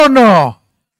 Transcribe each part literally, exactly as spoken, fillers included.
Buongiorno.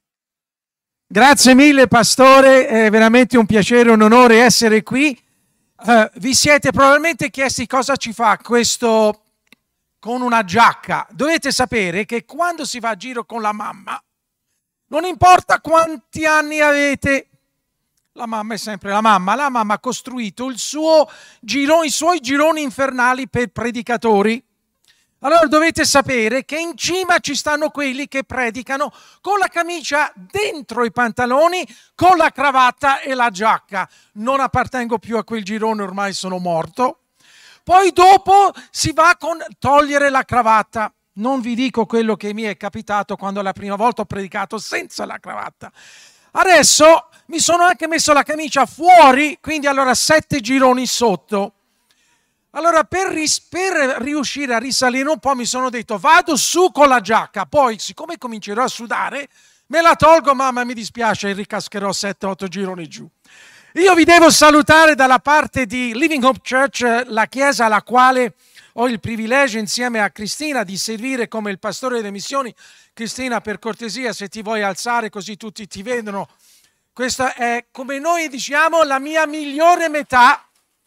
Grazie mille pastore, è veramente un piacere e un onore essere qui. Uh, vi siete probabilmente chiesti cosa ci fa questo con una giacca. Dovete sapere che quando si va a giro con la mamma, non importa quanti anni avete, la mamma è sempre la mamma. La mamma ha costruito il suo giro, i suoi gironi infernali per predicatori. Allora dovete sapere che in cima ci stanno quelli che predicano con la camicia dentro i pantaloni, con la cravatta e la giacca. Non appartengo più a quel girone, ormai sono morto. Poi dopo si va con togliere la cravatta. Non vi dico quello che mi è capitato quando la prima volta ho predicato senza la cravatta. Adesso mi sono anche messo la camicia fuori, quindi allora sette gironi sotto. Allora per, ris- per riuscire a risalire un po' mi sono detto vado su con la giacca, poi siccome comincerò a sudare me la tolgo, mamma mi dispiace e ricascherò sette otto gironi giù. Io vi devo salutare dalla parte di Living Hope Church, la chiesa alla quale ho il privilegio insieme a Cristina di servire come il pastore delle missioni. Cristina, per cortesia, se ti vuoi alzare così tutti ti vedono. Questa è, come noi diciamo, la mia migliore metà.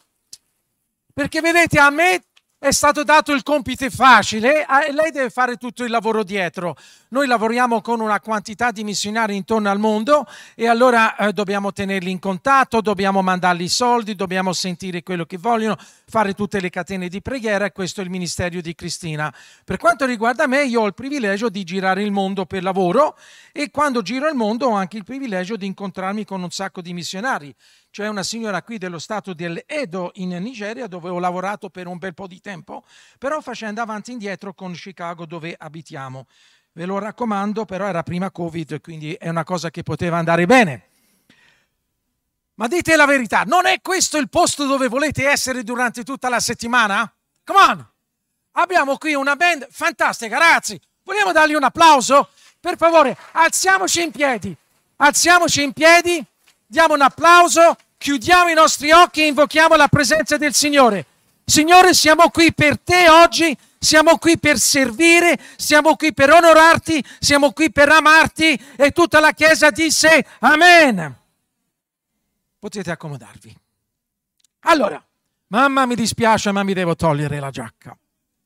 Perché vedete, a me è stato dato il compito facile e lei deve fare tutto il lavoro dietro. Noi lavoriamo con una quantità di missionari intorno al mondo e allora eh, dobbiamo tenerli in contatto, dobbiamo mandargli i soldi, dobbiamo sentire quello che vogliono, fare tutte le catene di preghiera e questo è il ministero di Cristina. Per quanto riguarda me, io ho il privilegio di girare il mondo per lavoro e quando giro il mondo ho anche il privilegio di incontrarmi con un sacco di missionari. C'è una signora qui dello stato dell'Edo in Nigeria dove ho lavorato per un bel po' di tempo, però facendo avanti e indietro con Chicago dove abitiamo. Ve lo raccomando, però era prima Covid, quindi è una cosa che poteva andare bene. Ma dite la verità, non è questo il posto dove volete essere durante tutta la settimana? Come on! Abbiamo qui una band fantastica, ragazzi. Vogliamo dargli un applauso? Per favore, alziamoci in piedi. Alziamoci in piedi, diamo un applauso. Chiudiamo i nostri occhi e invochiamo la presenza del Signore. Signore, siamo qui per te oggi, siamo qui per servire, siamo qui per onorarti, siamo qui per amarti e tutta la Chiesa disse Amen. Potete accomodarvi. Allora, mamma mi dispiace ma mi devo togliere la giacca.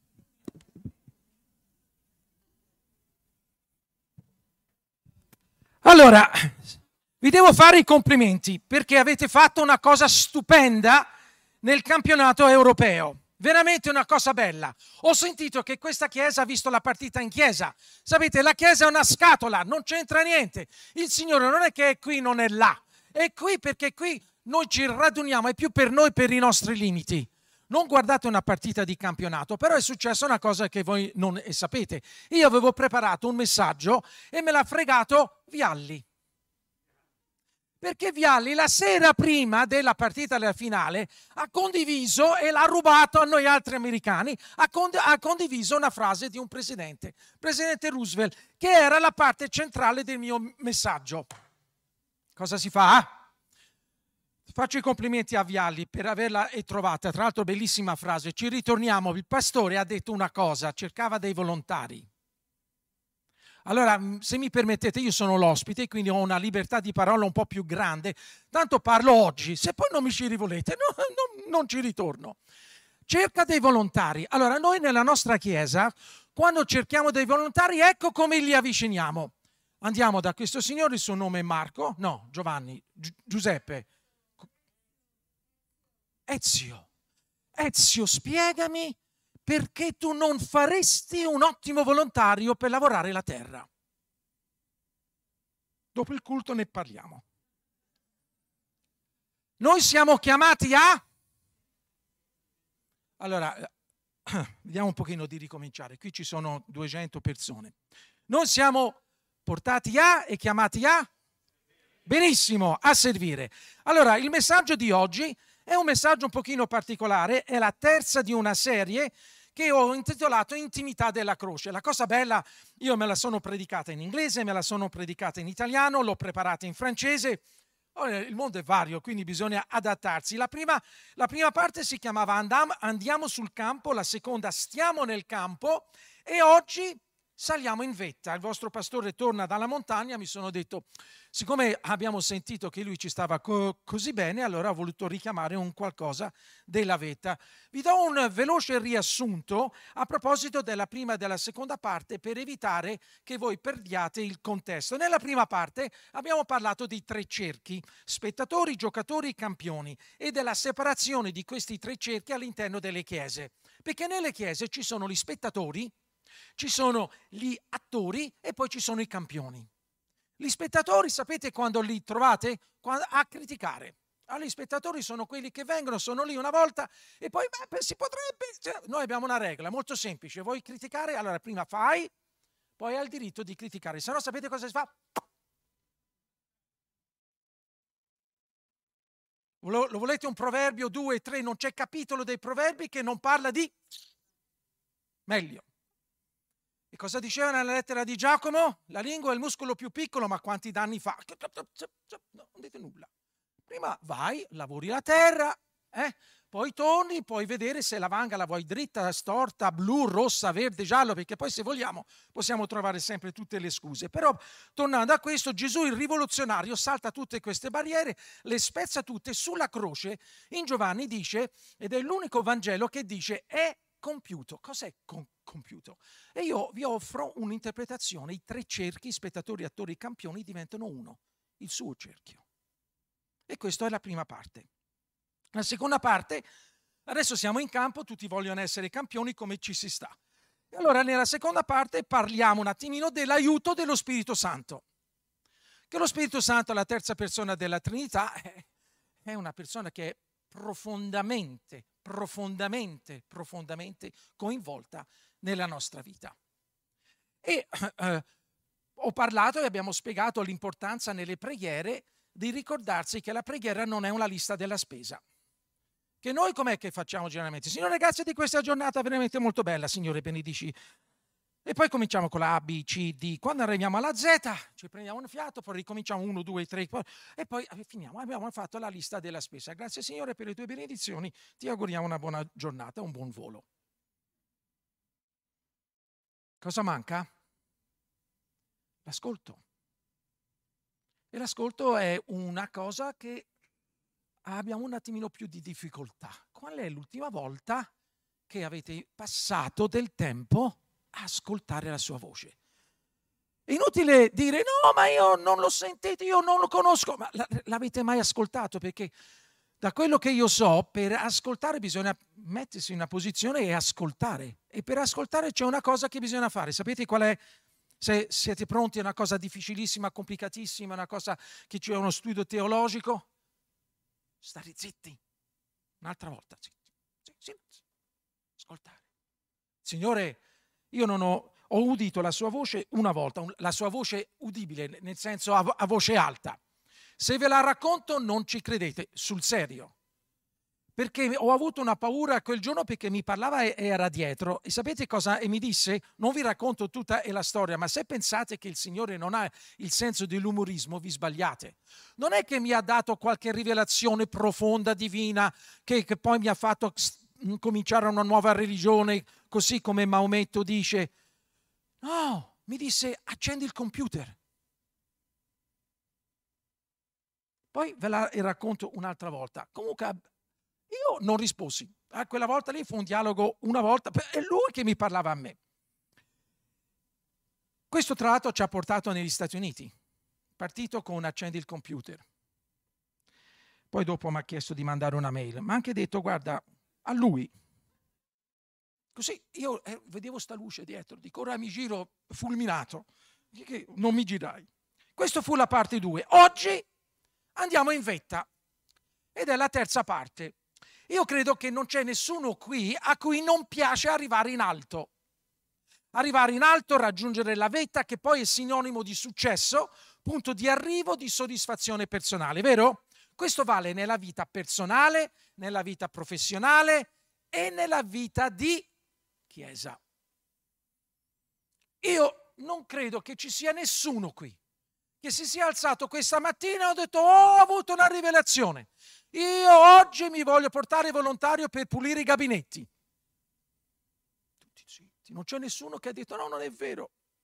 Allora, vi devo fare i complimenti perché avete fatto una cosa stupenda nel campionato europeo. Veramente una cosa bella. Ho sentito che questa chiesa ha visto la partita in chiesa. Sapete, la chiesa è una scatola, non c'entra niente. Il Signore non è che è qui, non è là. È qui perché qui noi ci raduniamo, è più per noi, per i nostri limiti. Non guardate una partita di campionato, però è successa una cosa che voi non sapete. Io avevo preparato un messaggio e me l'ha fregato Vialli. Perché Vialli la sera prima della partita della finale ha condiviso e l'ha rubato a noi altri americani, ha, cond- ha condiviso una frase di un presidente, presidente Roosevelt, che era la parte centrale del mio messaggio. Cosa si fa? Faccio i complimenti a Vialli per averla trovata, tra l'altro bellissima frase, ci ritorniamo, il pastore ha detto una cosa, cercava dei volontari. Allora, se mi permettete, io sono l'ospite, quindi ho una libertà di parola un po' più grande. Tanto parlo oggi, se poi non mi ci rivolete, no, no, non ci ritorno. Cerca dei volontari. Allora, noi nella nostra chiesa, quando cerchiamo dei volontari, ecco come li avviciniamo. Andiamo da questo signore, il suo nome è Marco, no, Giovanni, Gi- Giuseppe. Ezio, Ezio, spiegami perché tu non faresti un ottimo volontario per lavorare la terra. Dopo il culto ne parliamo. Noi siamo chiamati a... Allora, vediamo un pochino di ricominciare. Qui ci sono duecento persone. Noi siamo portati a e chiamati a... Benissimo, a servire. Allora, il messaggio di oggi è un messaggio un pochino particolare, è la terza di una serie che ho intitolato Intimità della croce. La cosa bella, io me la sono predicata in inglese, me la sono predicata in italiano, l'ho preparata in francese. Il mondo è vario, quindi bisogna adattarsi. La prima, la prima parte si chiamava Andam, Andiamo sul campo, la seconda Stiamo nel campo e oggi saliamo in vetta, il vostro pastore torna dalla montagna, mi sono detto, siccome abbiamo sentito che lui ci stava co- così bene, allora ho voluto richiamare un qualcosa della vetta. Vi do un veloce riassunto a proposito della prima e della seconda parte per evitare che voi perdiate il contesto. Nella prima parte abbiamo parlato di tre cerchi, spettatori, giocatori, campioni, e della separazione di questi tre cerchi all'interno delle chiese, perché nelle chiese ci sono gli spettatori, ci sono gli attori e poi ci sono i campioni. Gli spettatori, sapete quando li trovate? Quando, a criticare. Allora, gli spettatori sono quelli che vengono, sono lì una volta e poi beh, si potrebbe... Cioè, noi abbiamo una regola molto semplice, vuoi criticare? Allora prima fai, poi hai il diritto di criticare, se no sapete cosa si fa? Lo, lo volete un proverbio, due, tre, non c'è capitolo dei proverbi che non parla di meglio. E cosa diceva nella lettera di Giacomo? La lingua è il muscolo più piccolo, ma quanti danni fa? No, non dite nulla. Prima vai, lavori la terra, eh? Poi torni, puoi vedere se la vanga la vuoi dritta, storta, blu, rossa, verde, giallo, perché poi se vogliamo possiamo trovare sempre tutte le scuse. Però tornando a questo, Gesù il rivoluzionario salta tutte queste barriere, le spezza tutte sulla croce. In Giovanni dice, ed è l'unico Vangelo che dice, è compiuto. Cos'è compiuto? Compiuto. E io vi offro un'interpretazione, i tre cerchi, spettatori, attori, campioni, diventano uno, il suo cerchio. E questa è la prima parte. La seconda parte, adesso siamo in campo, tutti vogliono essere campioni, come ci si sta. E allora nella seconda parte parliamo un attimino dell'aiuto dello Spirito Santo. Che lo Spirito Santo, la terza persona della Trinità, è una persona che è profondamente, profondamente, profondamente coinvolta nella nostra vita. E eh, ho parlato e abbiamo spiegato l'importanza nelle preghiere di ricordarsi che la preghiera non è una lista della spesa. Che noi com'è che facciamo generalmente? Signore, grazie di questa giornata veramente molto bella, Signore, benedici. E poi cominciamo con la A, B, C, D. Quando arriviamo alla Z ci prendiamo un fiato, poi ricominciamo uno, due, tre, e poi finiamo. Abbiamo fatto la lista della spesa. Grazie Signore per le tue benedizioni, ti auguriamo una buona giornata, un buon volo. Cosa manca? L'ascolto. E l'ascolto è una cosa che abbiamo un attimino più di difficoltà. Qual è l'ultima volta che avete passato del tempo a ascoltare la sua voce? È inutile dire no, ma io non l'ho sentito, io non lo conosco, ma l'avete mai ascoltato? Perché da quello che io so, per ascoltare bisogna mettersi in una posizione e ascoltare. E per ascoltare c'è una cosa che bisogna fare. Sapete qual è? Se siete pronti a una cosa difficilissima, complicatissima, una cosa che c'è uno studio teologico, stare zitti. Un'altra volta, zitti. Silenzio. Ascoltare. Signore, io non ho, ho udito la sua voce una volta, la sua voce udibile, nel senso a, a voce alta. Se ve la racconto non ci credete, sul serio. Perché ho avuto una paura quel giorno perché mi parlava e era dietro. E sapete cosa? E mi disse, non vi racconto tutta la storia, ma se pensate che il Signore non ha il senso dell'umorismo, vi sbagliate. Non è che mi ha dato qualche rivelazione profonda, divina, che, che poi mi ha fatto cominciare una nuova religione, così come Maometto dice. No, mi disse, accendi il computer. Poi ve la racconto un'altra volta. Comunque io non risposi. A quella volta lì fu un dialogo una volta, è lui che mi parlava a me. Questo tra l'altro ci ha portato negli Stati Uniti, partito con accendi il computer. Poi dopo mi ha chiesto di mandare una mail, ma ha anche detto guarda, a lui. Così io eh, vedevo sta luce dietro, dico ora mi giro fulminato, che non mi girai. Questa fu la parte due. Oggi andiamo in vetta ed è la terza parte. Io credo che non c'è nessuno qui a cui non piace arrivare in alto. Arrivare in alto, raggiungere la vetta, che poi è sinonimo di successo, punto di arrivo, di soddisfazione personale, vero? Questo vale nella vita personale, nella vita professionale e nella vita di Chiesa. Io non credo che ci sia nessuno qui che si sia alzato questa mattina e ho detto oh, ho avuto una rivelazione. Io oggi mi voglio portare volontario per pulire i gabinetti. Tutti zitti, non c'è nessuno che ha detto no, non è vero.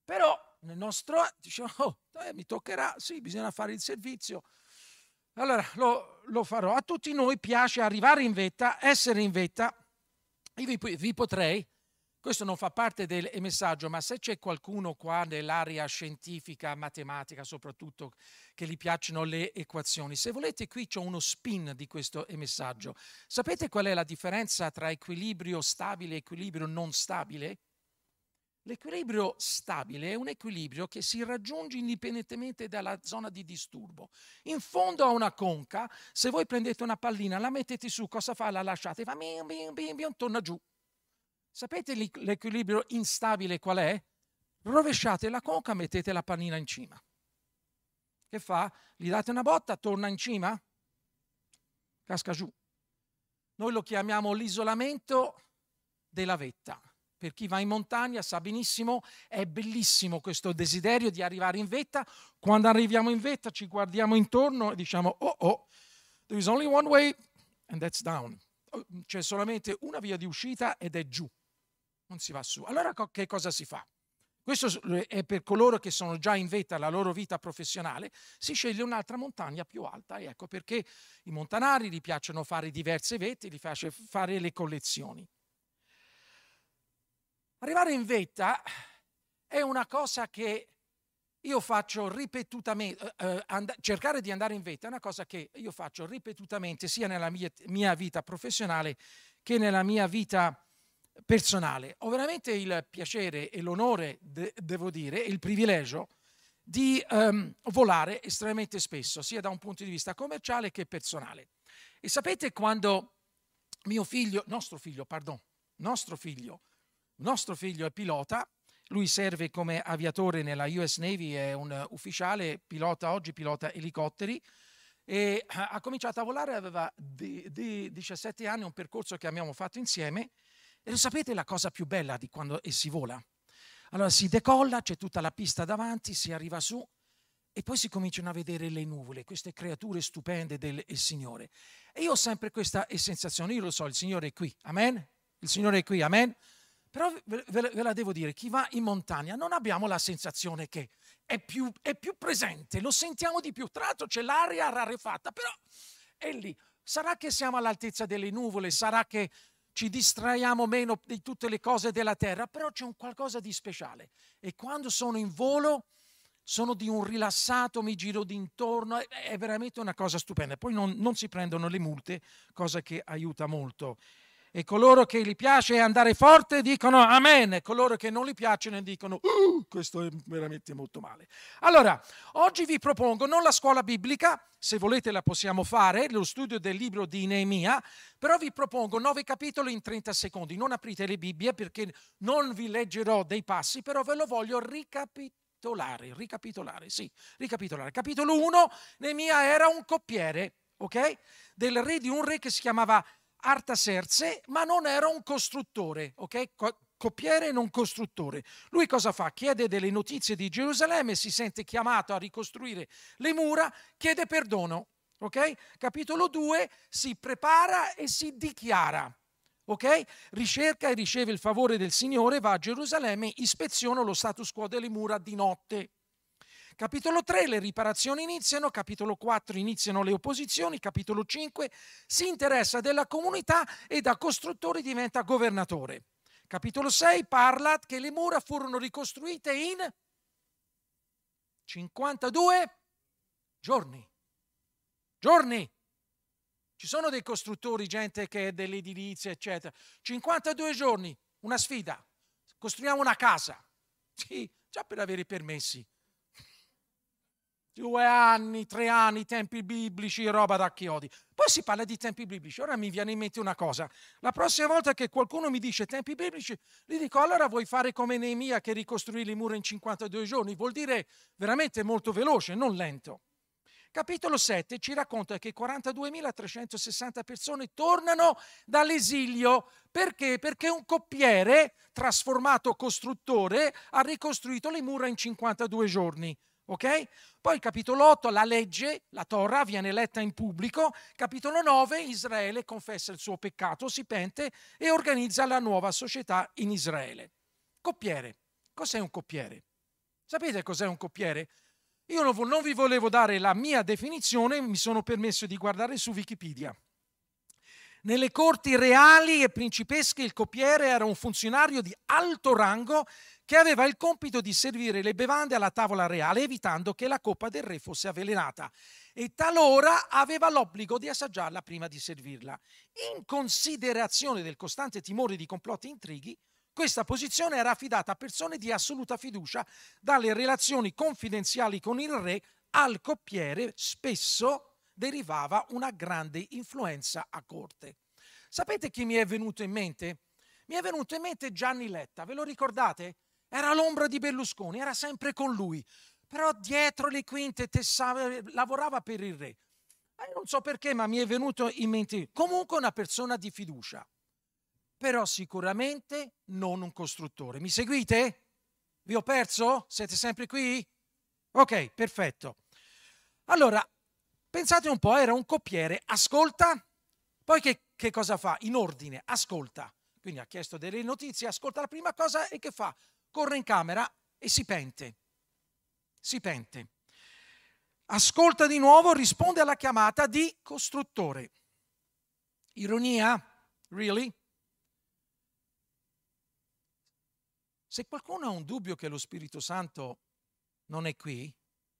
Però nel nostro, diciamo, oh, eh, mi toccherà, sì, bisogna fare il servizio. Allora lo, lo farò. A tutti noi piace arrivare in vetta, essere in vetta. Io vi, vi potrei, questo non fa parte del messaggio, ma se c'è qualcuno qua nell'area scientifica, matematica soprattutto, che gli piacciono le equazioni, se volete qui c'è uno spin di questo messaggio. Sapete qual è la differenza tra equilibrio stabile e equilibrio non stabile? L'equilibrio stabile è un equilibrio che si raggiunge indipendentemente dalla zona di disturbo. In fondo a una conca, se voi prendete una pallina, la mettete su, cosa fa? La lasciate, fa bim, bim, bim, bim, torna giù. Sapete l'equilibrio instabile qual è? Rovesciate la conca, mettete la pallina in cima. Che fa? Gli date una botta, torna in cima, casca giù. Noi lo chiamiamo l'isolamento della vetta. Per chi va in montagna sa benissimo, è bellissimo questo desiderio di arrivare in vetta. Quando arriviamo in vetta ci guardiamo intorno e diciamo, oh oh, there is only one way and that's down. C'è solamente una via di uscita ed è giù, non si va su. Allora che cosa si fa? Questo è per coloro che sono già in vetta alla loro vita professionale, si sceglie un'altra montagna più alta. E ecco perché i montanari gli piacciono fare diverse vette, gli piace fare le collezioni. Arrivare in vetta è una cosa che io faccio ripetutamente, eh, and- cercare di andare in vetta è una cosa che io faccio ripetutamente sia nella mia, mia vita professionale che nella mia vita personale. Ho veramente il piacere e l'onore, de- devo dire, e il privilegio di um, volare estremamente spesso, sia da un punto di vista commerciale che personale. E sapete quando mio figlio, nostro figlio, pardon, nostro figlio, nostro figlio è pilota, lui serve come aviatore nella U S Navy, è un ufficiale, pilota oggi, pilota elicotteri e ha cominciato a volare, aveva di, di diciassette anni, un percorso che abbiamo fatto insieme. E lo sapete la cosa più bella di quando si vola? Allora si decolla, c'è tutta la pista davanti, si arriva su e poi si cominciano a vedere le nuvole, queste creature stupende del Signore. E io ho sempre questa sensazione, io lo so, il Signore è qui, amen? Il Signore è qui, amen? Però ve, ve, ve la devo dire, chi va in montagna non abbiamo la sensazione che è più, è più presente, lo sentiamo di più. Tra l'altro c'è l'aria rarefatta, però è lì. Sarà che siamo all'altezza delle nuvole, sarà che ci distraiamo meno di tutte le cose della terra, però c'è un qualcosa di speciale. E quando sono in volo sono di un rilassato, mi giro d'intorno, è veramente una cosa stupenda. Poi non, non si prendono le multe, cosa che aiuta molto. E coloro che gli piace andare forte dicono amen, e coloro che non gli piacciono dicono uh, questo è veramente molto male. Allora, oggi vi propongo non la scuola biblica, se volete la possiamo fare, lo studio del libro di Neemia, però vi propongo nove capitoli in trenta secondi. Non aprite le Bibbie perché non vi leggerò dei passi, però ve lo voglio ricapitolare, ricapitolare, sì, ricapitolare. Capitolo uno, Neemia era un coppiere, ok? Del re di un re che si chiamava Artaserse, ma non era un costruttore, ok? Coppiere e non costruttore. Lui cosa fa? Chiede delle notizie di Gerusalemme, si sente chiamato a ricostruire le mura, chiede perdono, ok? Capitolo due, si prepara e si dichiara, ok? Ricerca e riceve il favore del Signore, va a Gerusalemme, ispeziona lo status quo delle mura di notte. Capitolo tre, le riparazioni iniziano, capitolo quattro iniziano le opposizioni, capitolo cinque si interessa della comunità e da costruttore diventa governatore. Capitolo sei parla che le mura furono ricostruite in cinquantadue giorni. Giorni! Ci sono dei costruttori, gente che è dell'edilizia, eccetera. cinquantadue giorni, una sfida. Costruiamo una casa. Sì, già per avere i permessi. Due anni, tre anni, tempi biblici, roba da chiodi. Poi si parla di tempi biblici. Ora mi viene in mente una cosa. La prossima volta che qualcuno mi dice tempi biblici, gli dico allora vuoi fare come Neemia che ricostruì le mura in cinquantadue giorni? Vuol dire veramente molto veloce, non lento. Capitolo sette ci racconta che quarantaduemilatrecentosessanta persone tornano dall'esilio. Perché? Perché un coppiere, trasformato costruttore, ha ricostruito le mura in cinquantadue giorni. Ok? Poi capitolo otto, la legge, la Torah, viene letta in pubblico. Capitolo nove, Israele confessa il suo peccato, si pente e organizza la nuova società in Israele. Coppiere. Cos'è un coppiere? Sapete cos'è un coppiere? Io non, non vi volevo dare la mia definizione, mi sono permesso di guardare su Wikipedia. Nelle corti reali e principesche il coppiere era un funzionario di alto rango che aveva il compito di servire le bevande alla tavola reale, evitando che la coppa del re fosse avvelenata, e talora aveva l'obbligo di assaggiarla prima di servirla. In considerazione del costante timore di complotti e intrighi, questa posizione era affidata a persone di assoluta fiducia. Dalle relazioni confidenziali con il re al coppiere spesso derivava una grande influenza a corte. Sapete chi mi è venuto in mente? Mi è venuto in mente Gianni Letta, ve lo ricordate? Era l'ombra di Berlusconi, era sempre con lui, però dietro le quinte tessava, lavorava per il re. Eh, non so perché, ma mi è venuto in mente comunque una persona di fiducia, però sicuramente non un costruttore. Mi seguite? Vi ho perso? Siete sempre qui? Ok, perfetto. Allora, pensate un po', era un coppiere, ascolta, poi che, che cosa fa? In ordine, ascolta. Quindi ha chiesto delle notizie, ascolta la prima cosa e che fa? Corre in camera e si pente. Si pente. Ascolta di nuovo, risponde alla chiamata di costruttore. Ironia? Really? Se qualcuno ha un dubbio che lo Spirito Santo non è qui,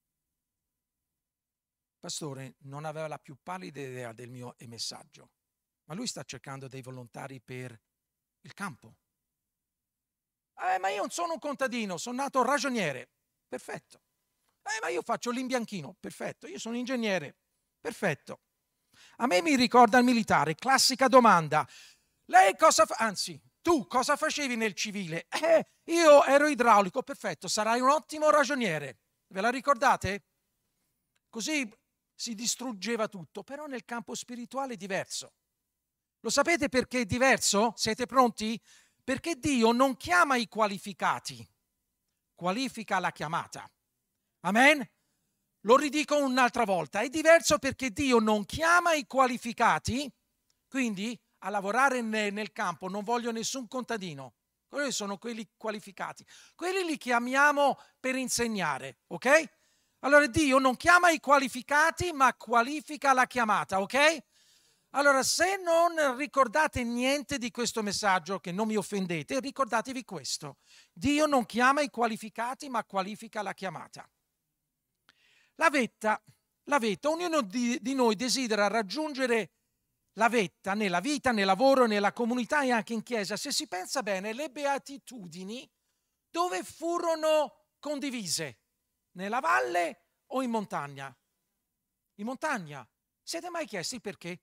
Pastore non aveva la più pallida idea del mio messaggio, ma lui sta cercando dei volontari per il campo. Eh, ma io non sono un contadino, sono nato ragioniere. Perfetto. Eh, ma io faccio l'imbianchino. Perfetto. Io sono ingegnere. Perfetto. A me mi ricorda il militare. Classica domanda. Lei cosa fa? Anzi, tu cosa facevi nel civile? Eh, io ero idraulico. Perfetto. Sarai un ottimo ragioniere. Ve la ricordate? Così si distruggeva tutto. Però nel campo spirituale è diverso. Lo sapete perché è diverso? Siete pronti? Perché Dio non chiama i qualificati, qualifica la chiamata. Amen? Lo ridico un'altra volta. È diverso perché Dio non chiama i qualificati, quindi a lavorare nel campo non voglio nessun contadino. Quelli sono quelli qualificati. Quelli li chiamiamo per insegnare, ok? Allora Dio non chiama i qualificati, ma qualifica la chiamata, ok? Allora, se non ricordate niente di questo messaggio, che non mi offendete, ricordatevi questo. Dio non chiama i qualificati, ma qualifica la chiamata. La vetta, la vetta, ognuno di, di noi desidera raggiungere la vetta nella vita, nel lavoro, nella comunità e anche in chiesa. Se si pensa bene, le beatitudini dove furono condivise? Nella valle o in montagna? In montagna. Siete mai chiesti perché?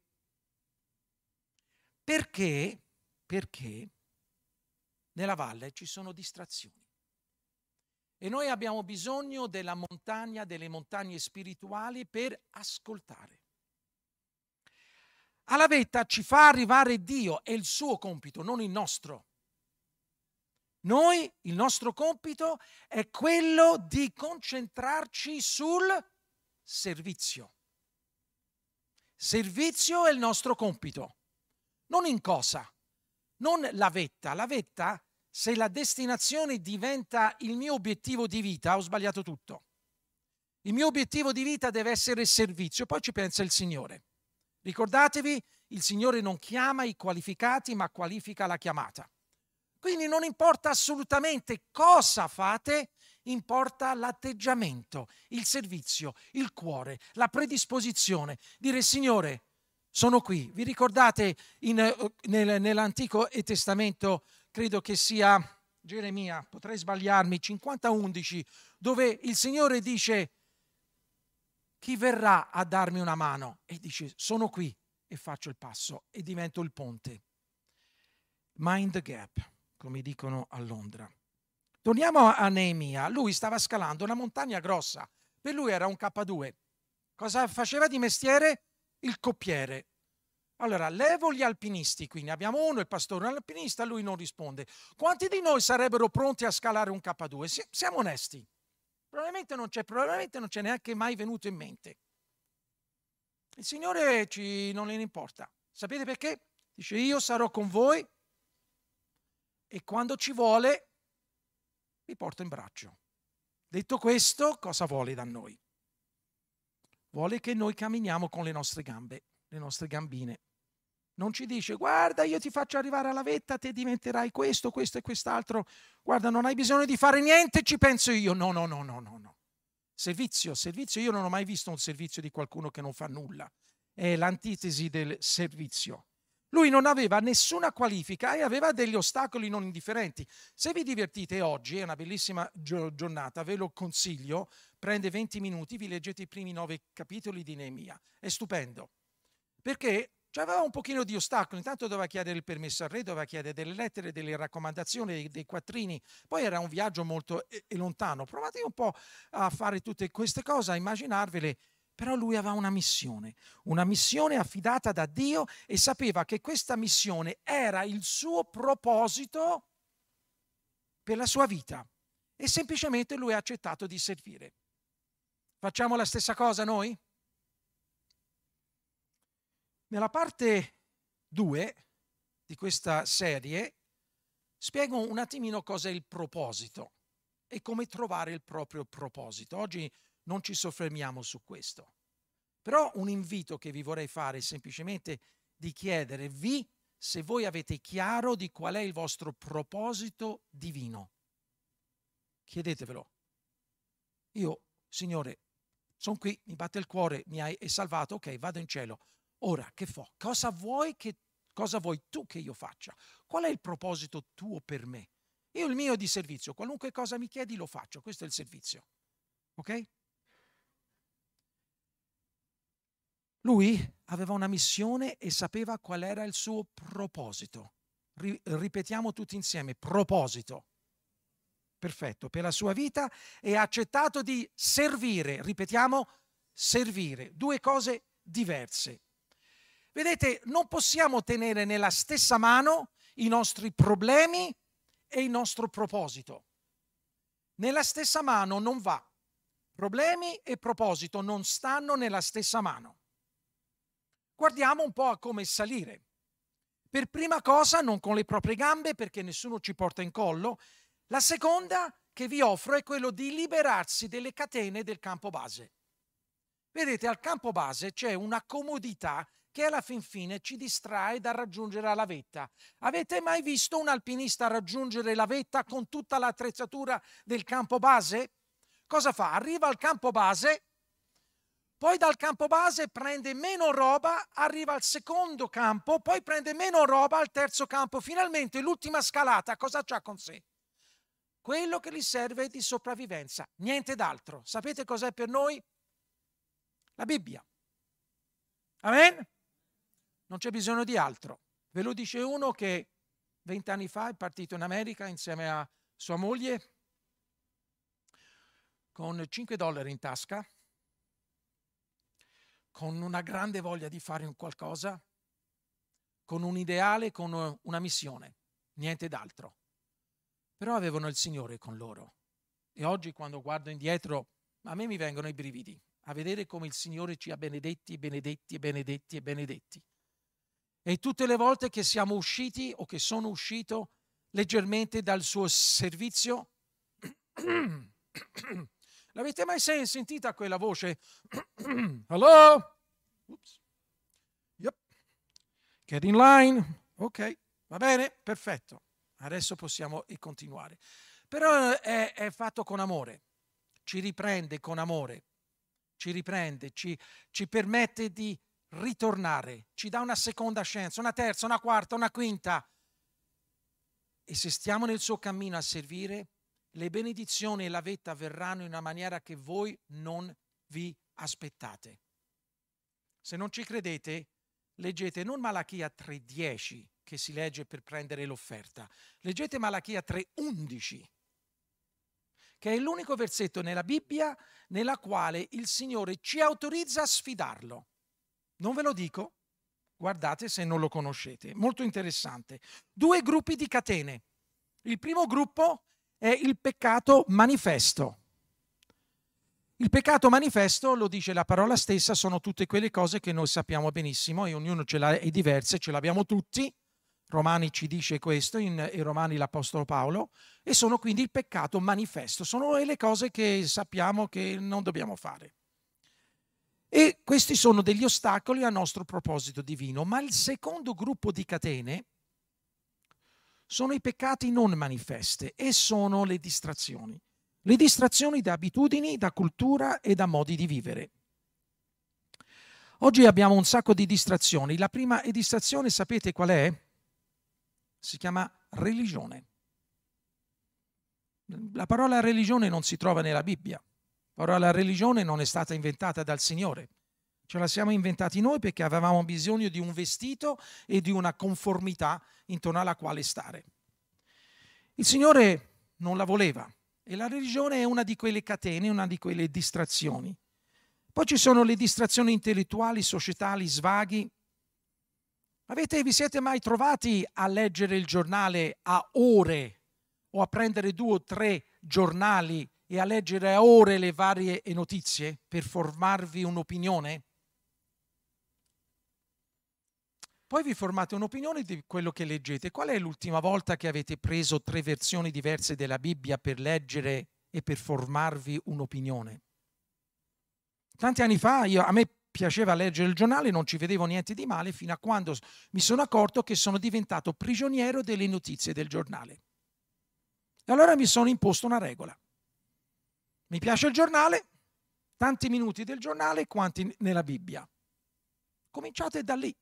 Perché, perché nella valle ci sono distrazioni e noi abbiamo bisogno della montagna, delle montagne spirituali per ascoltare. Alla vetta ci fa arrivare Dio, è il suo compito, non il nostro. Noi, il nostro compito è quello di concentrarci sul servizio. Servizio è il nostro compito. Non in cosa, non la vetta. La vetta, se la destinazione diventa il mio obiettivo di vita, ho sbagliato tutto. Il mio obiettivo di vita deve essere servizio, poi ci pensa il Signore. Ricordatevi, il Signore non chiama i qualificati, ma qualifica la chiamata. Quindi non importa assolutamente cosa fate, importa l'atteggiamento, il servizio, il cuore, la predisposizione. Dire, Signore, sono qui. Vi ricordate in, nel, nell'Antico Testamento, credo che sia Geremia, potrei sbagliarmi, cinquanta undici, dove il Signore dice, chi verrà a darmi una mano? E dice, sono qui, e faccio il passo e divento il ponte. Mind the gap, come dicono a Londra. Torniamo a Neemia. Lui stava scalando una montagna grossa. Per lui era un K due. Cosa faceva di mestiere? Il coppiere. Allora, levo gli alpinisti, quindi abbiamo uno, il pastore, un alpinista, lui non risponde. Quanti di noi sarebbero pronti a scalare un K due? Siamo onesti. Probabilmente non c'è, probabilmente non c'è neanche mai venuto in mente. Il Signore ci, non ne importa. Sapete perché? Dice, io sarò con voi e quando ci vuole vi porto in braccio. Detto questo, cosa vuole da noi? Vuole che noi camminiamo con le nostre gambe, le nostre gambine. Non ci dice, guarda, io ti faccio arrivare alla vetta, te diventerai questo, questo e quest'altro. Guarda, non hai bisogno di fare niente, ci penso io. No, no, no, no, no, no. Servizio, servizio, io non ho mai visto un servizio di qualcuno che non fa nulla. È l'antitesi del servizio. Lui non aveva nessuna qualifica e aveva degli ostacoli non indifferenti. Se vi divertite oggi, è una bellissima giornata, ve lo consiglio, prende venti minuti, vi leggete i primi nove capitoli di Neemia. È stupendo, perché aveva un pochino di ostacoli. Intanto doveva chiedere il permesso al re, doveva chiedere delle lettere, delle raccomandazioni, dei, dei quattrini. Poi era un viaggio molto e, e lontano. Provate un po' a fare tutte queste cose, a immaginarvele. Però lui aveva una missione, una missione affidata da Dio e sapeva che questa missione era il suo proposito per la sua vita. E semplicemente lui ha accettato di servire. Facciamo la stessa cosa noi? Nella parte due di questa serie spiego un attimino cosa è il proposito e come trovare il proprio proposito. Oggi non ci soffermiamo su questo, però un invito che vi vorrei fare è semplicemente di chiedervi se voi avete chiaro di qual è il vostro proposito divino. Chiedetevelo. Io, Signore, sono qui, mi batte il cuore, mi hai salvato, ok, vado in cielo. Ora, che fo? Cosa vuoi che, cosa vuoi tu che io faccia? Qual è il proposito tuo per me? Io il mio è di servizio, qualunque cosa mi chiedi lo faccio, questo è il servizio. Ok? Lui aveva una missione e sapeva qual era il suo proposito. Ri- ripetiamo tutti insieme, proposito. Perfetto, per la sua vita e ha accettato di servire. Ripetiamo, servire. Due cose diverse. Vedete, non possiamo tenere nella stessa mano i nostri problemi e il nostro proposito. Nella stessa mano non va. Problemi e proposito non stanno nella stessa mano. Guardiamo un po' a come salire. Per prima cosa, non con le proprie gambe, perché nessuno ci porta in collo. La seconda che vi offro è quello di liberarsi delle catene del campo base. Vedete, al campo base c'è una comodità che alla fin fine ci distrae dal raggiungere la vetta. Avete mai visto un alpinista raggiungere la vetta con tutta l'attrezzatura del campo base? Cosa fa? Arriva al campo base, poi dal campo base prende meno roba, arriva al secondo campo, poi prende meno roba al terzo campo. Finalmente l'ultima scalata cosa c'ha con sé? Quello che gli serve di sopravvivenza, niente d'altro. Sapete cos'è per noi? La Bibbia. Amen? Non c'è bisogno di altro. Ve lo dice uno che vent'anni fa è partito in America insieme a sua moglie con cinque dollari in tasca, con una grande voglia di fare un qualcosa, con un ideale, con una missione, niente d'altro. Però avevano il Signore con loro. E oggi quando guardo indietro, a me mi vengono i brividi, a vedere come il Signore ci ha benedetti, benedetti, benedetti e benedetti. E tutte le volte che siamo usciti o che sono uscito leggermente dal suo servizio, l'avete mai sentita quella voce? Hello? Oops. Yep. Get in line. Ok, va bene, perfetto. Adesso possiamo continuare. Però è, è fatto con amore, ci riprende con amore, ci riprende, ci, ci permette di ritornare, ci dà una seconda chance, una terza, una quarta, una quinta. E se stiamo nel suo cammino a servire, le benedizioni e la vetta verranno in una maniera che voi non vi aspettate. Se non ci credete, leggete non Malachia tre dieci, che si legge per prendere l'offerta. Leggete Malachia tre undici, che è l'unico versetto nella Bibbia nella quale il Signore ci autorizza a sfidarlo. Non ve lo dico, guardate se non lo conoscete, molto interessante. Due gruppi di catene. Il primo gruppo è il peccato manifesto. Il peccato manifesto, lo dice la parola stessa, sono tutte quelle cose che noi sappiamo benissimo e ognuno ce l'ha, è diverse, ce l'abbiamo tutti. Romani ci dice questo, in, in Romani l'Apostolo Paolo, e sono quindi il peccato manifesto, sono le cose che sappiamo che non dobbiamo fare. E questi sono degli ostacoli al nostro proposito divino, ma il secondo gruppo di catene sono i peccati non manifesti e sono le distrazioni. Le distrazioni da abitudini, da cultura e da modi di vivere. Oggi abbiamo un sacco di distrazioni. La prima distrazione, sapete qual è? Si chiama religione. La parola religione non si trova nella Bibbia. La parola religione non è stata inventata dal Signore. Ce la siamo inventati noi perché avevamo bisogno di un vestito e di una conformità intorno alla quale stare. Il Signore non la voleva e la religione è una di quelle catene, una di quelle distrazioni. Poi ci sono le distrazioni intellettuali, societali, svaghi. Avete, vi siete mai trovati a leggere il giornale a ore o a prendere due o tre giornali e a leggere a ore le varie notizie per formarvi un'opinione? Poi vi formate un'opinione di quello che leggete. Qual è l'ultima volta che avete preso tre versioni diverse della Bibbia per leggere e per formarvi un'opinione? Tanti anni fa io, a me piaceva leggere il giornale, non ci vedevo niente di male fino a quando mi sono accorto che sono diventato prigioniero delle notizie del giornale. E allora mi sono imposto una regola. Mi piace il giornale, tanti minuti del giornale quanti nella Bibbia. Cominciate da lì.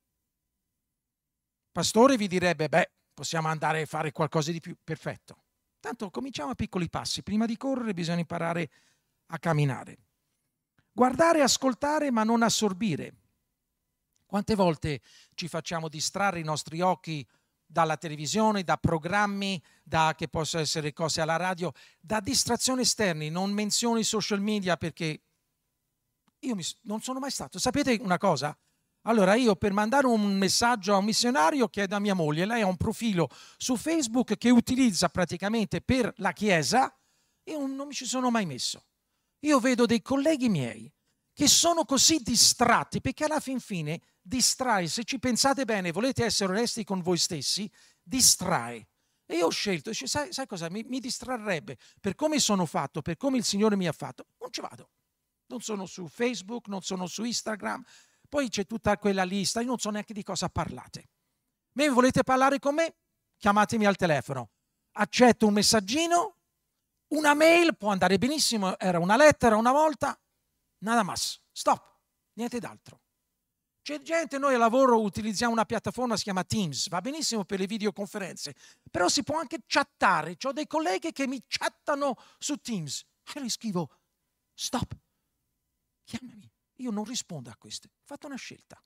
Pastore vi direbbe, beh, possiamo andare a fare qualcosa di più. Perfetto. Tanto cominciamo a piccoli passi. Prima di correre bisogna imparare a camminare. Guardare e ascoltare ma non assorbire. Quante volte ci facciamo distrarre i nostri occhi dalla televisione, da programmi, da che possono essere cose alla radio, da distrazioni esterni, non menziono i social media perché io mi, non sono mai stato. Sapete una cosa? Allora io per mandare un messaggio a un missionario chiedo a mia moglie, lei ha un profilo su Facebook che utilizza praticamente per la Chiesa, io non mi ci sono mai messo. Io vedo dei colleghi miei che sono così distratti, perché alla fin fine distrae, se ci pensate bene, volete essere onesti con voi stessi, distrae. E io ho scelto, dice, sai, sai cosa, mi, mi distrarrebbe, per come sono fatto, per come il Signore mi ha fatto, non ci vado. Non sono su Facebook, non sono su Instagram, poi c'è tutta quella lista, io non so neanche di cosa parlate. Me volete parlare con me? Chiamatemi al telefono, accetto un messaggino, una mail può andare benissimo, era una lettera una volta, nada más, stop, niente d'altro. C'è gente, noi al lavoro utilizziamo una piattaforma che si chiama Teams, va benissimo per le videoconferenze, però si può anche chattare. Ho dei colleghi che mi chattano su Teams. Io gli scrivo, stop, chiamami. Io non rispondo a queste, ho fatto una scelta.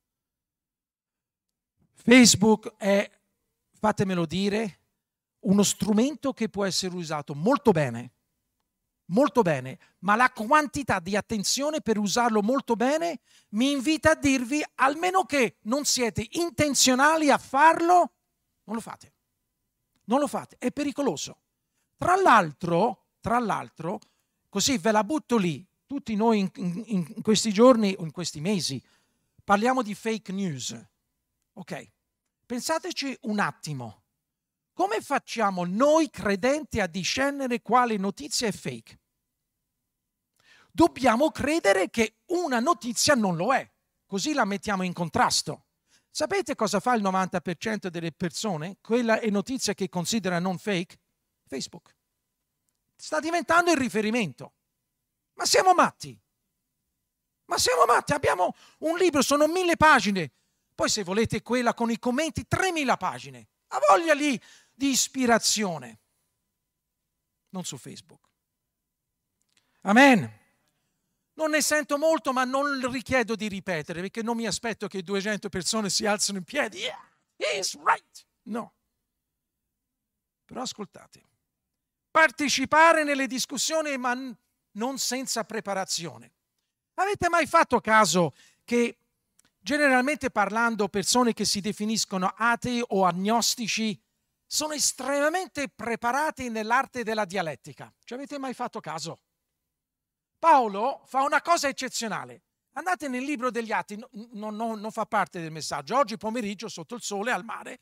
Facebook è, fatemelo dire, uno strumento che può essere usato molto bene, molto bene, ma la quantità di attenzione per usarlo molto bene mi invita a dirvi, almeno che non siete intenzionali a farlo, non lo fate. Non lo fate, è pericoloso. Tra l'altro, tra l'altro, così ve la butto lì, tutti noi in, in, in questi giorni o in questi mesi parliamo di fake news. Ok, pensateci un attimo. Come facciamo noi credenti a discernere quale notizia è fake? Dobbiamo credere che una notizia non lo è, così la mettiamo in contrasto. Sapete cosa fa il novanta per cento delle persone? Quella è notizia che considera non fake? Facebook. Sta diventando il riferimento. Ma siamo matti. Ma siamo matti. Abbiamo un libro, sono mille pagine. Poi se volete quella con i commenti, tremila pagine. Ha voglia lì di ispirazione. Non su Facebook. Amen. Non ne sento molto, ma non richiedo di ripetere, perché non mi aspetto che duecento persone si alzino in piedi. Yeah, he's right. No. Però ascoltate. Partecipare nelle discussioni, ma non senza preparazione. Avete mai fatto caso che, generalmente parlando, persone che si definiscono atei o agnostici sono estremamente preparati nell'arte della dialettica? Ci avete mai fatto caso? Paolo fa una cosa eccezionale. Andate nel libro degli Atti, non, non, non fa parte del messaggio. Oggi pomeriggio, sotto il sole, al mare,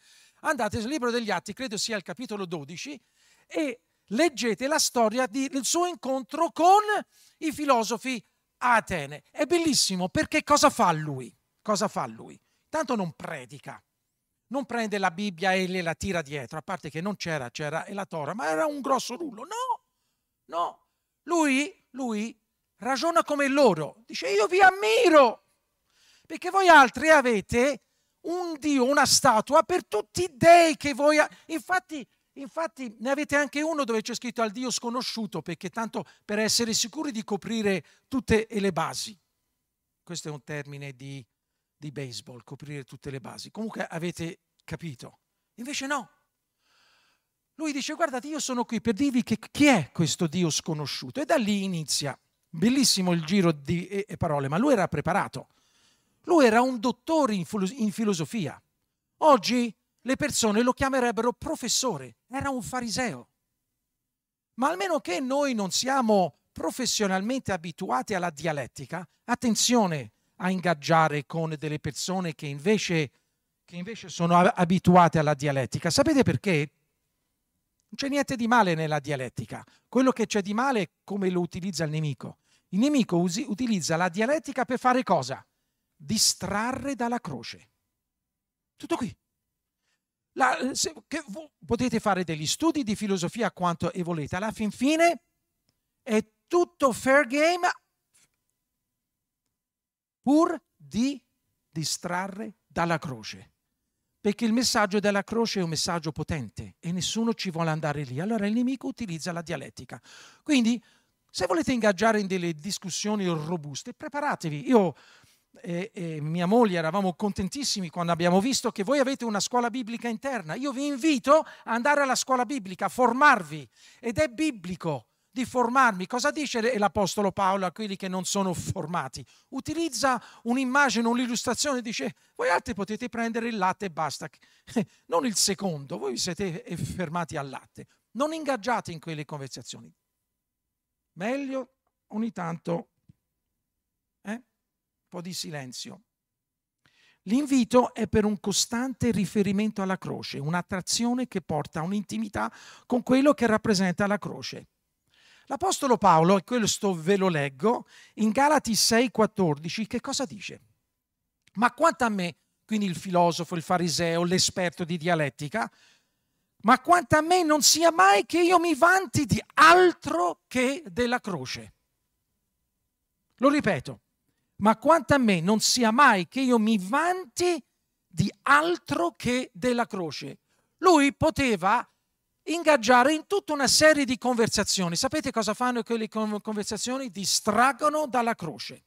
andate sul libro degli Atti, credo sia il capitolo dodici, e leggete la storia di, del suo incontro con i filosofi a Atene. È bellissimo, perché cosa fa lui? Cosa fa lui? Tanto non predica, non prende la Bibbia e le la tira dietro, a parte che non c'era, c'era e la Tora, ma era un grosso rullo. No, no, lui, lui ragiona come loro, dice io vi ammiro, perché voi altri avete un Dio, una statua per tutti i dei che voi... Ha... Infatti, infatti ne avete anche uno dove c'è scritto al Dio sconosciuto, perché tanto per essere sicuri di coprire tutte le basi. Questo è un termine di, di baseball, coprire tutte le basi. Comunque avete capito. Invece no. Lui dice guardate, io sono qui per dirvi che chi è questo Dio sconosciuto. E da lì inizia. Bellissimo il giro di e, e parole, ma lui era preparato. Lui era un dottore in, in filosofia. Oggi le persone lo chiamerebbero professore. Era un fariseo. Ma almeno che noi non siamo professionalmente abituati alla dialettica, attenzione a ingaggiare con delle persone che invece, che invece sono abituate alla dialettica. Sapete perché? Non c'è niente di male nella dialettica. Quello che c'è di male è come lo utilizza il nemico. Il nemico usi, utilizza la dialettica per fare cosa? Distrarre dalla croce. Tutto qui. La, se, che, potete fare degli studi di filosofia quanto e volete. Alla fin fine è tutto fair game pur di distrarre dalla croce. Perché il messaggio della croce è un messaggio potente e nessuno ci vuole andare lì. Allora il nemico utilizza la dialettica. Quindi se volete ingaggiare in delle discussioni robuste, preparatevi. Io e, e mia moglie eravamo contentissimi quando abbiamo visto che voi avete una scuola biblica interna. Io vi invito a andare alla scuola biblica, a formarvi. Ed è biblico di formarmi. Cosa dice l'Apostolo Paolo a quelli che non sono formati? Utilizza un'immagine, un'illustrazione, dice voi altri potete prendere il latte e basta. Non il secondo, voi vi siete fermati al latte. Non ingaggiate in quelle conversazioni. Meglio ogni tanto eh? un po' di silenzio. L'invito è per un costante riferimento alla croce, un'attrazione che porta a un'intimità con quello che rappresenta la croce. L'Apostolo Paolo, e questo ve lo leggo, in Galati sei quattordici, che cosa dice? Ma quanto a me, quindi il filosofo, il fariseo, l'esperto di dialettica, ma quanto a me non sia mai che io mi vanti di altro che della croce. Lo ripeto, ma quanto a me non sia mai che io mi vanti di altro che della croce. Lui poteva ingaggiare in tutta una serie di conversazioni. Sapete cosa fanno quelle conversazioni? Distraggono dalla croce.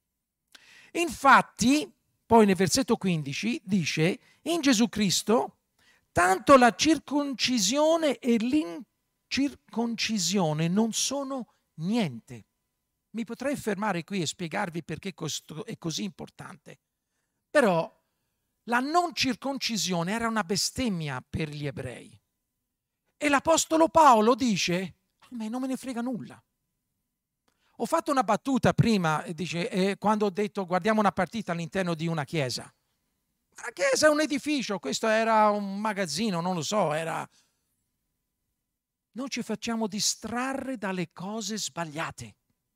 Infatti, poi nel versetto quindici dice, in Gesù Cristo tanto la circoncisione e l'incirconcisione non sono niente. Mi potrei fermare qui e spiegarvi perché questo è così importante. Però la non circoncisione era una bestemmia per gli ebrei. E l'Apostolo Paolo dice, a me non me ne frega nulla. Ho fatto una battuta prima, dice, eh, quando ho detto guardiamo una partita all'interno di una chiesa. La chiesa è un edificio, questo era un magazzino, non lo so, era... Noi ci facciamo distrarre dalle cose sbagliate.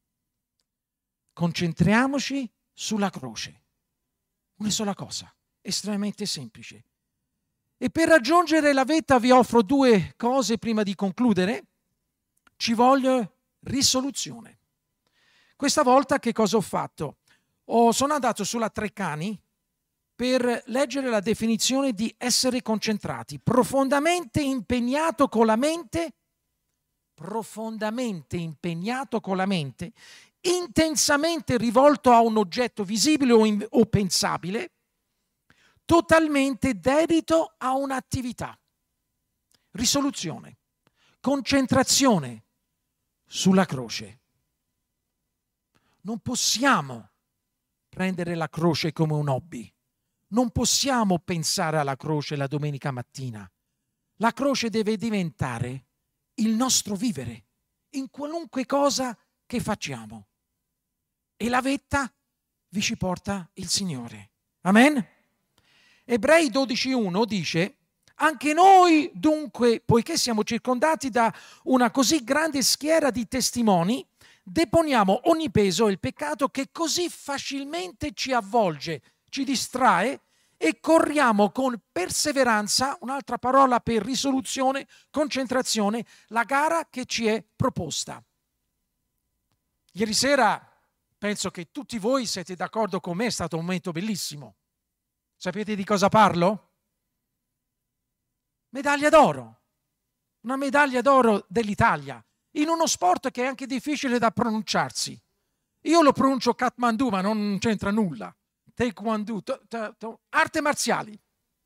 Concentriamoci sulla croce. Una sola cosa, estremamente semplice. E per raggiungere la vetta vi offro due cose prima di concludere. Ci voglio risoluzione. Questa volta che cosa ho fatto? Ho, sono andato sulla Treccani per leggere la definizione di essere concentrati, profondamente impegnato con la mente, profondamente impegnato con la mente, intensamente rivolto a un oggetto visibile o, in, o pensabile, totalmente dedito a un'attività. Risoluzione, concentrazione sulla croce. Non possiamo prendere la croce come un hobby. Non possiamo pensare alla croce la domenica mattina. La croce deve diventare il nostro vivere in qualunque cosa che facciamo. E la vetta vi ci porta il Signore. Amen? Ebrei dodici uno dice, Anche noi, dunque, poiché siamo circondati da una così grande schiera di testimoni, deponiamo ogni peso e il peccato che così facilmente ci avvolge, ci distrae, e corriamo con perseveranza, un'altra parola per risoluzione, concentrazione, la gara che ci è proposta. Ieri sera, penso che tutti voi siete d'accordo con me, è stato un momento bellissimo. Sapete di cosa parlo? Medaglia d'oro, una medaglia d'oro dell'Italia, in uno sport che è anche difficile da pronunciarsi. Io lo pronuncio Kathmandu, ma non c'entra nulla. Taekwondo, to, to, to, arte marziali.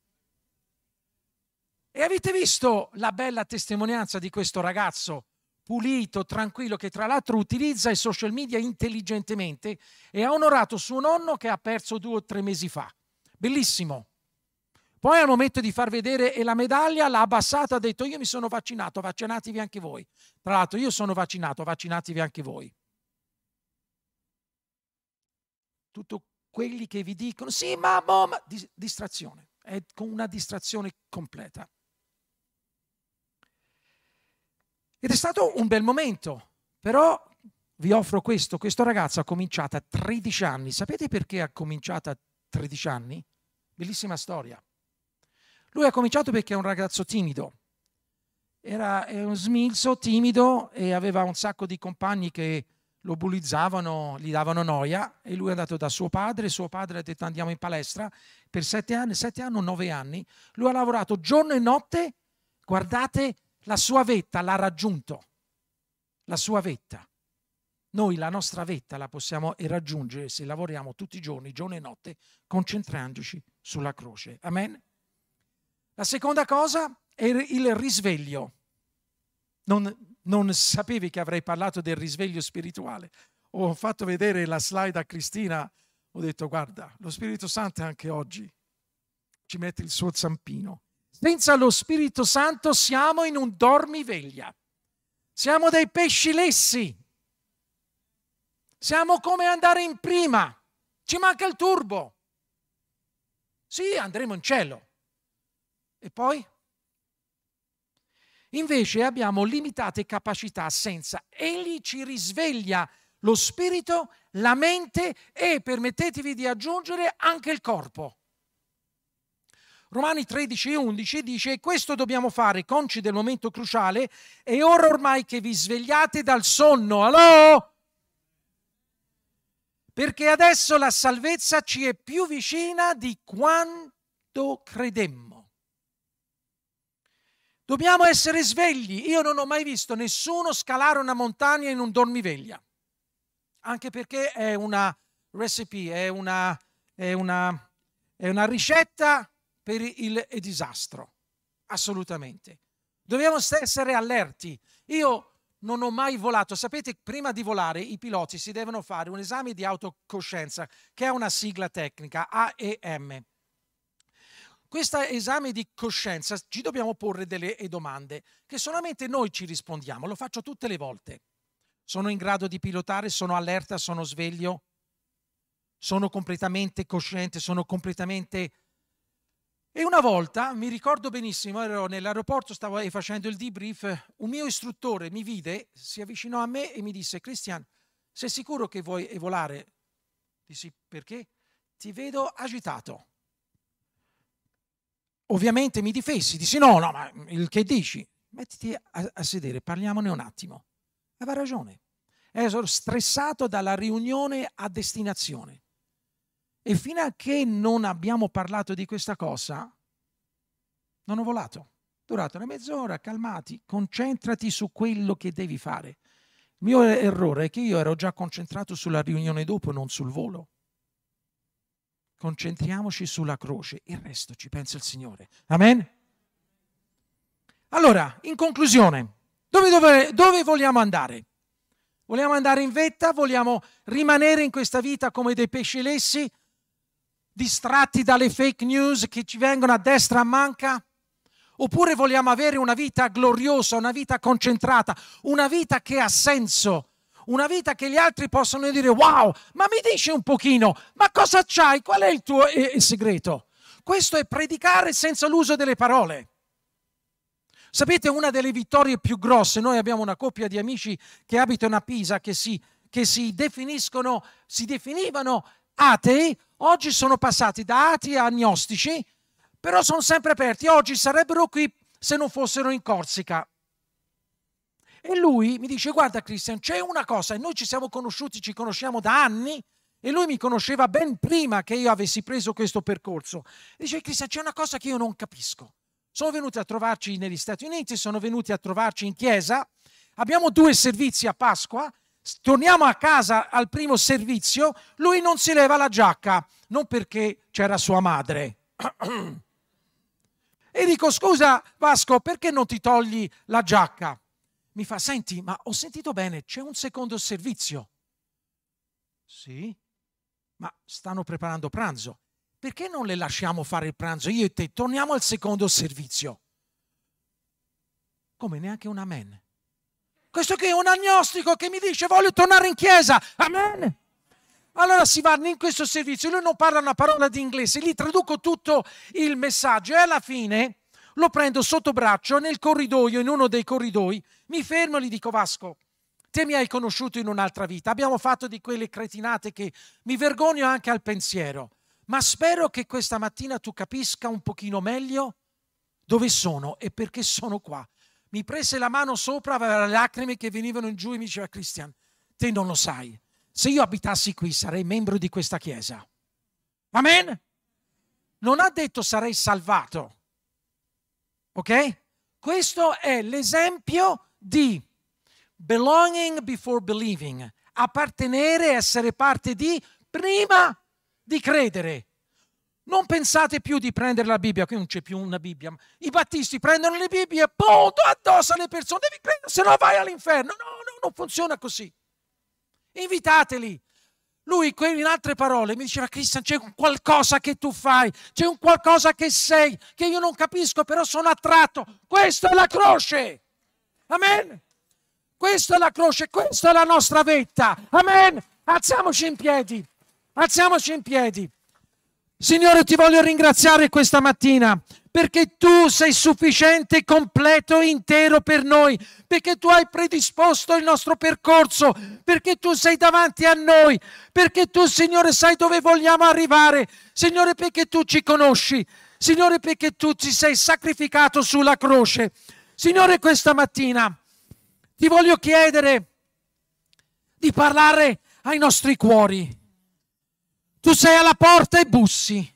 E avete visto la bella testimonianza di questo ragazzo pulito, tranquillo, che tra l'altro utilizza i social media intelligentemente e ha onorato suo nonno che ha perso due o tre mesi fa. Bellissimo. Poi al momento di far vedere la medaglia l'ha abbassata, ha detto io mi sono vaccinato, vaccinatevi anche voi. Tra l'altro io sono vaccinato, vaccinatevi anche voi. Tutto quelli che vi dicono sì ma, boh, ma distrazione, è con una distrazione completa. Ed è stato un bel momento, però vi offro questo, questo ragazzo ha cominciato a tredici anni, sapete perché ha cominciato a tredici anni? Bellissima storia. Lui ha cominciato perché è un ragazzo timido, era un smilzo, timido e aveva un sacco di compagni che lo bullizzavano, gli davano noia e lui è andato da suo padre, suo padre ha detto andiamo in palestra, per sette anni, sette anni o nove anni, lui ha lavorato giorno e notte, guardate la sua vetta, l'ha raggiunto, la sua vetta. Noi la nostra vetta la possiamo raggiungere se lavoriamo tutti i giorni, giorno e notte, concentrandoci sulla croce. Amen? La seconda cosa è il risveglio. Non, non sapevi che avrei parlato del risveglio spirituale. Ho fatto vedere la slide a Cristina, ho detto guarda, lo Spirito Santo anche oggi ci mette il suo zampino. Senza lo Spirito Santo siamo in un dormiveglia. Siamo dei pesci lessi. Siamo come andare in prima. Ci manca il turbo. Sì, andremo in cielo. E poi? Invece abbiamo limitate capacità senza. Egli ci risveglia lo spirito, la mente e, permettetevi di aggiungere, anche il corpo. Romani tredici e undici dice: e questo dobbiamo fare, consci del momento cruciale, e ora ormai che vi svegliate dal sonno, allo? Perché adesso la salvezza ci è più vicina di quanto credemmo. Dobbiamo essere svegli. Io non ho mai visto nessuno scalare una montagna in un dormiveglia, anche perché è una recipe, è una, è una, è una ricetta per il disastro, assolutamente. Dobbiamo essere allerti. Io non ho mai volato. Sapete, prima di volare i piloti si devono fare un esame di autocoscienza, che è una sigla tecnica, A E M. Questo esame di coscienza ci dobbiamo porre delle domande che solamente noi ci rispondiamo. Lo faccio tutte le volte. Sono in grado di pilotare? Sono allerta? Sono sveglio? Sono completamente cosciente? Sono completamente... E una volta, mi ricordo benissimo, ero nell'aeroporto, stavo facendo il debrief, un mio istruttore mi vide, si avvicinò a me e mi disse: Christian, sei sicuro che vuoi volare? Dissi: perché? Ti vedo agitato. Ovviamente mi difessi, dissi: no, no, ma il che dici? Mettiti a, a sedere, parliamone un attimo. Aveva ragione. Ero stressato dalla riunione a destinazione. E fino a che non abbiamo parlato di questa cosa, non ho volato. Durato una mezz'ora, calmati, concentrati su quello che devi fare. Il mio errore è che io ero già concentrato sulla riunione dopo, non sul volo. Concentriamoci sulla croce, il resto ci pensa il Signore. Amen? Allora, in conclusione, dove, dove, dove vogliamo andare? Vogliamo andare in vetta? Vogliamo rimanere in questa vita come dei pesci lessi, distratti dalle fake news che ci vengono a destra a manca? Oppure vogliamo avere una vita gloriosa, una vita concentrata, una vita che ha senso, una vita che gli altri possono dire: wow, ma mi dici un pochino, ma cosa c'hai? Qual è il tuo eh, segreto? Questo è predicare senza l'uso delle parole. Sapete, una delle vittorie più grosse, noi abbiamo una coppia di amici che abitano a Pisa, che si, che si definiscono, si definivano atei, oggi sono passati da atei a agnostici, però sono sempre aperti. Oggi sarebbero qui se non fossero in Corsica. E lui mi dice: guarda Christian, c'è una cosa, e noi ci siamo conosciuti, ci conosciamo da anni, e lui mi conosceva ben prima che io avessi preso questo percorso. E dice: Christian, c'è una cosa che io non capisco. Sono venuti a trovarci negli Stati Uniti, sono venuti a trovarci in chiesa, abbiamo due servizi a Pasqua, torniamo a casa al primo servizio, lui non si leva la giacca, non perché c'era sua madre. E dico: scusa Vasco, perché non ti togli la giacca? Mi fa: senti, ma ho sentito bene, c'è un secondo servizio. Sì, ma stanno preparando pranzo. Perché non le lasciamo fare il pranzo? Io e te torniamo al secondo servizio. Come, neanche un amen? Questo qui è un agnostico che mi dice: voglio tornare in chiesa. Amen. Allora si va in questo servizio, lui non parla una parola di inglese, gli traduco tutto il messaggio e alla fine lo prendo sotto braccio nel corridoio, in uno dei corridoi, mi fermo e gli dico: Vasco, te mi hai conosciuto in un'altra vita, abbiamo fatto di quelle cretinate che mi vergogno anche al pensiero, ma spero che questa mattina tu capisca un pochino meglio dove sono e perché sono qua. Mi prese la mano sopra, aveva le lacrime che venivano in giù e mi diceva: Christian, te non lo sai, se io abitassi qui sarei membro di questa chiesa. Amen? Non ha detto sarei salvato. Ok? Questo è l'esempio di belonging before believing, appartenere, essere parte di prima di credere. Non pensate più di prendere la Bibbia, qui non c'è più una Bibbia, i battisti prendono le Bibbie e punto addosso alle persone, devi credere, se no vai all'inferno. No, no, non funziona così. Invitateli. Lui, in altre parole, mi diceva: Christian, c'è un qualcosa che tu fai, c'è un qualcosa che sei, che io non capisco, però sono attratto. Questa è la croce. Amen. Questa è la croce, questa è la nostra vetta. Amen. Alziamoci in piedi. Alziamoci in piedi. Signore, ti voglio ringraziare questa mattina perché tu sei sufficiente, completo, intero per noi, perché tu hai predisposto il nostro percorso, perché tu sei davanti a noi, perché tu, Signore, sai dove vogliamo arrivare, Signore, perché tu ci conosci, Signore, perché tu ti sei sacrificato sulla croce. Signore, questa mattina ti voglio chiedere di parlare ai nostri cuori. Tu sei alla porta e bussi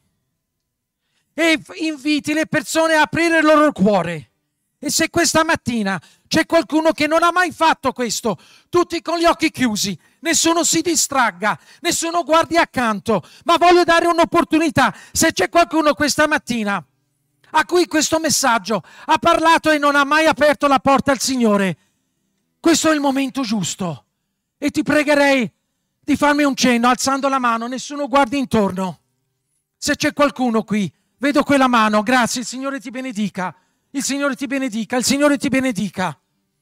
e inviti le persone a aprire il loro cuore. E se questa mattina c'è qualcuno che non ha mai fatto questo, tutti con gli occhi chiusi, nessuno si distragga, nessuno guardi accanto, ma voglio dare un'opportunità. Se c'è qualcuno questa mattina a cui questo messaggio ha parlato e non ha mai aperto la porta al Signore, questo è il momento giusto. E ti pregherei di farmi un cenno alzando la mano, nessuno guardi intorno. Se c'è qualcuno qui, vedo quella mano, grazie, il Signore ti benedica, il Signore ti benedica, il Signore ti benedica.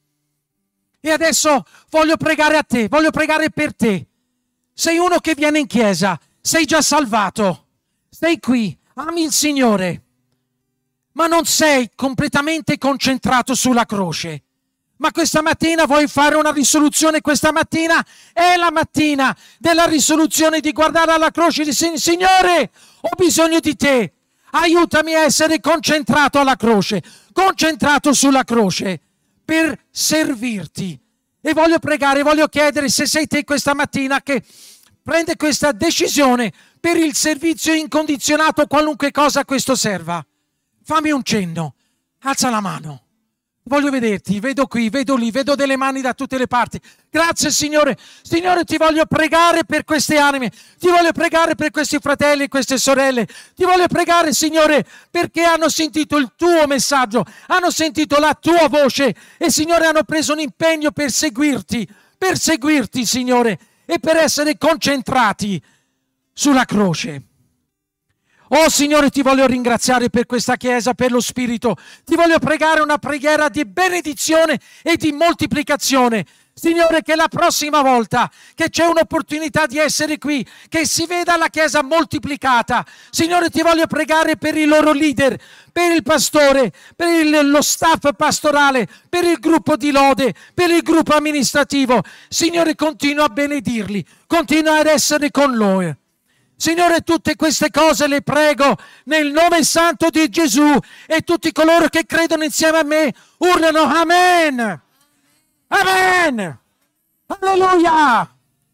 E adesso voglio pregare a te, voglio pregare per te. Sei uno che viene in chiesa, sei già salvato, sei qui, ami il Signore, ma non sei completamente concentrato sulla croce. Ma questa mattina vuoi fare una risoluzione, questa mattina è la mattina della risoluzione di guardare alla croce e di dire: Signore, ho bisogno di te, aiutami a essere concentrato alla croce, concentrato sulla croce per servirti. E voglio pregare, voglio chiedere se sei te questa mattina che prende questa decisione per il servizio incondizionato, qualunque cosa questo serva. Fammi un cenno, alza la mano. Voglio vederti, vedo qui, vedo lì, vedo delle mani da tutte le parti. Grazie Signore. Signore, ti voglio pregare per queste anime, ti voglio pregare per questi fratelli e queste sorelle, ti voglio pregare Signore perché hanno sentito il tuo messaggio, hanno sentito la tua voce e Signore hanno preso un impegno per seguirti, per seguirti Signore e per essere concentrati sulla croce. Oh Signore, ti voglio ringraziare per questa Chiesa, per lo Spirito. Ti voglio pregare una preghiera di benedizione e di moltiplicazione. Signore, che la prossima volta che c'è un'opportunità di essere qui, che si veda la Chiesa moltiplicata. Signore, ti voglio pregare per i loro leader, per il pastore, per il, lo staff pastorale, per il gruppo di lode, per il gruppo amministrativo. Signore, continua a benedirli, continua ad essere con loro. Signore, tutte queste cose le prego nel nome santo di Gesù, e tutti coloro che credono insieme a me urlano Amen. Amen! Alleluia!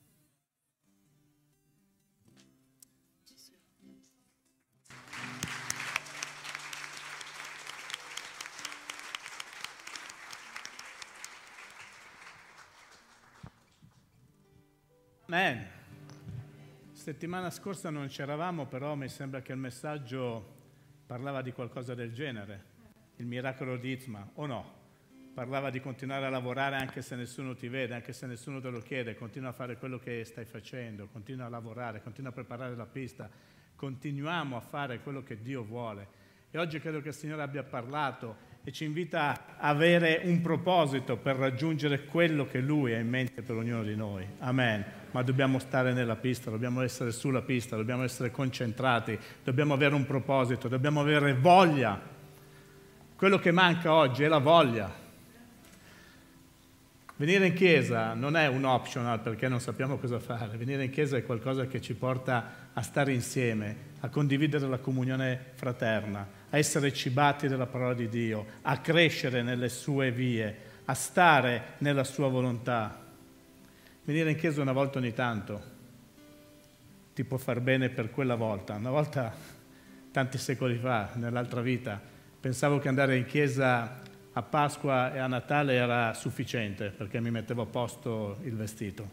Amen. Settimana scorsa non c'eravamo, però mi sembra che il messaggio parlava di qualcosa del genere, il miracolo di Itzma, o no? Parlava di continuare a lavorare anche se nessuno ti vede, anche se nessuno te lo chiede, continua a fare quello che stai facendo, continua a lavorare, continua a preparare la pista, continuiamo a fare quello che Dio vuole. E oggi credo che il Signore abbia parlato e ci invita a avere un proposito per raggiungere quello che Lui ha in mente per ognuno di noi. Amen. Ma dobbiamo stare nella pista, dobbiamo essere sulla pista, dobbiamo essere concentrati, dobbiamo avere un proposito, dobbiamo avere voglia. Quello che manca oggi è la voglia. Venire in chiesa non è un optional perché non sappiamo cosa fare, venire in chiesa è qualcosa che ci porta a stare insieme, a condividere la comunione fraterna, a essere cibati della parola di Dio, a crescere nelle sue vie, a stare nella sua volontà. Venire in chiesa una volta ogni tanto ti può far bene per quella volta. Una volta, tanti secoli fa, nell'altra vita, pensavo che andare in chiesa a Pasqua e a Natale era sufficiente perché mi mettevo a posto il vestito.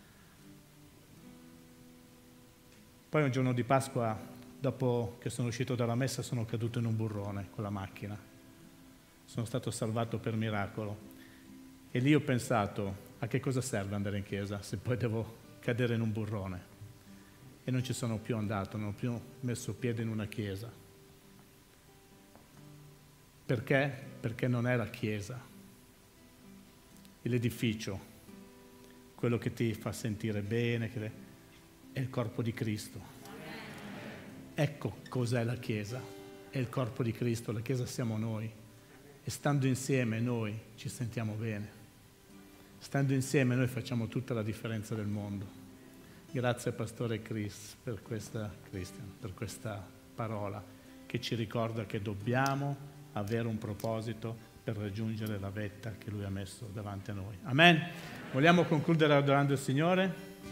Poi un giorno di Pasqua, dopo che sono uscito dalla messa, sono caduto in un burrone con la macchina. Sono stato salvato per miracolo. E lì ho pensato, a che cosa serve andare in chiesa se poi devo cadere in un burrone? E non ci sono più andato, non ho più messo piede in una chiesa. Perché? Perché non è la chiesa, l'edificio, quello che ti fa sentire bene, che è il corpo di Cristo. Ecco cos'è la chiesa, è il corpo di Cristo, la chiesa siamo noi, e stando insieme noi ci sentiamo bene, stando insieme noi facciamo tutta la differenza del mondo. Grazie Pastore Chris per questa, Christian, per questa parola che ci ricorda che dobbiamo avere un proposito per raggiungere la vetta che Lui ha messo davanti a noi. Amen. Vogliamo concludere adorando il Signore?